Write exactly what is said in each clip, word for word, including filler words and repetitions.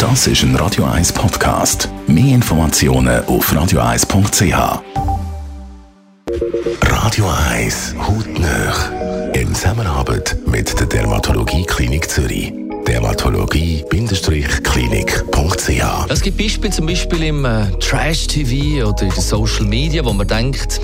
Das ist ein Radio eins Podcast. Mehr Informationen auf radio eins punkt c h. Radio eins Hautnöch. In Zusammenarbeit mit der Dermatologie Klinik Zürich. dermatologie Klinik punkt c h. Es gibt Beispiele, zum Beispiel im äh, Trash-T V oder in den Social Media, wo man denkt,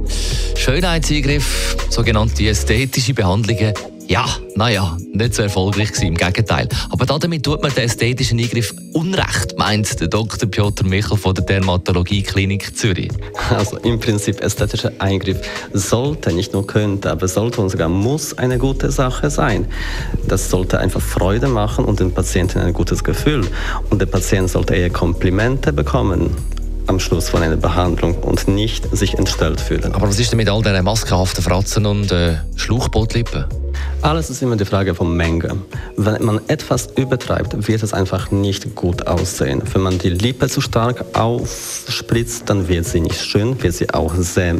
Schönheitseingriff, sogenannte ästhetische Behandlungen, ja, naja, nicht so erfolgreich gewesen, im Gegenteil. Aber damit tut man den ästhetischen Eingriff Unrecht, meint der Doktor Piotr Michel von der Dermatologie Klinik Zürich. Also im Prinzip, ästhetischer Eingriff sollte, nicht nur könnte, aber sollte und sogar muss eine gute Sache sein. Das sollte einfach Freude machen und den Patienten ein gutes Gefühl. Und der Patient sollte eher Komplimente bekommen am Schluss von einer Behandlung und nicht sich entstellt fühlen. Aber was ist denn mit all diesen maskenhaften Fratzen und äh, Schlauchbootlippen? Alles ist immer die Frage von Menge. Wenn man etwas übertreibt, wird es einfach nicht gut aussehen. Wenn man die Lippe zu stark aufspritzt, dann wird sie nicht schön, wird sie auch sehr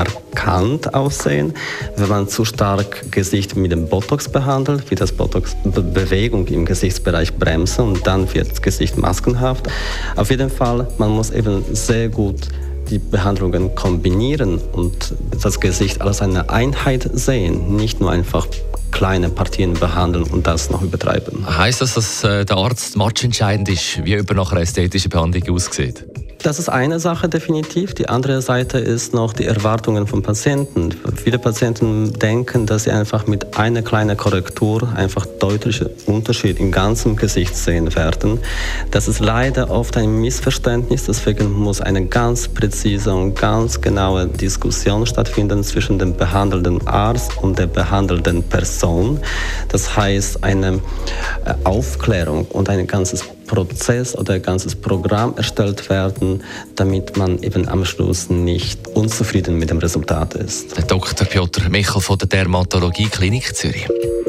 markant aussehen. Wenn man zu stark Gesicht mit dem Botox behandelt, wird das Botox Be- Bewegung im Gesichtsbereich bremsen und dann wird das Gesicht maskenhaft. Auf jeden Fall, man muss eben sehr gut die Behandlungen kombinieren und das Gesicht als eine Einheit sehen, nicht nur einfach kleine Partien behandeln und das noch übertreiben. Heißt das, dass äh, der Arzt matchentscheidend ist, wie über nach einer ästhetischen Behandlung aussieht? Das ist eine Sache definitiv. Die andere Seite ist noch die Erwartungen von Patienten. Viele Patienten denken, dass sie einfach mit einer kleinen Korrektur einfach deutlichen Unterschied im ganzen Gesicht sehen werden. Das ist leider oft ein Missverständnis. Deswegen muss eine ganz präzise und ganz genaue Diskussion stattfinden zwischen dem behandelnden Arzt und der behandelnden Person. Das heißt, eine Aufklärung und ein ganzes Prozess oder ein ganzes Programm erstellt werden, damit man eben am Schluss nicht unzufrieden mit dem Resultat ist. Der Doktor Piotr Michel von der Dermatologie Klinik Zürich.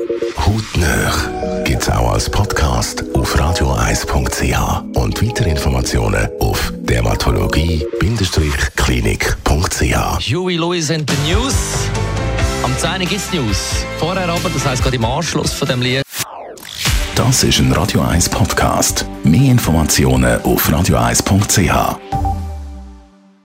Hautnöch gibt es auch als Podcast auf radio eins punkt c h und weitere Informationen auf dermatologie Klinik punkt c h. Huey Lewis and the News. Am zehn Uhr gibt es News. Vorher aber, das heisst gerade im Anschluss von dem Lied. Das ist ein Radio eins Podcast. Mehr Informationen auf radio eins punkt c h.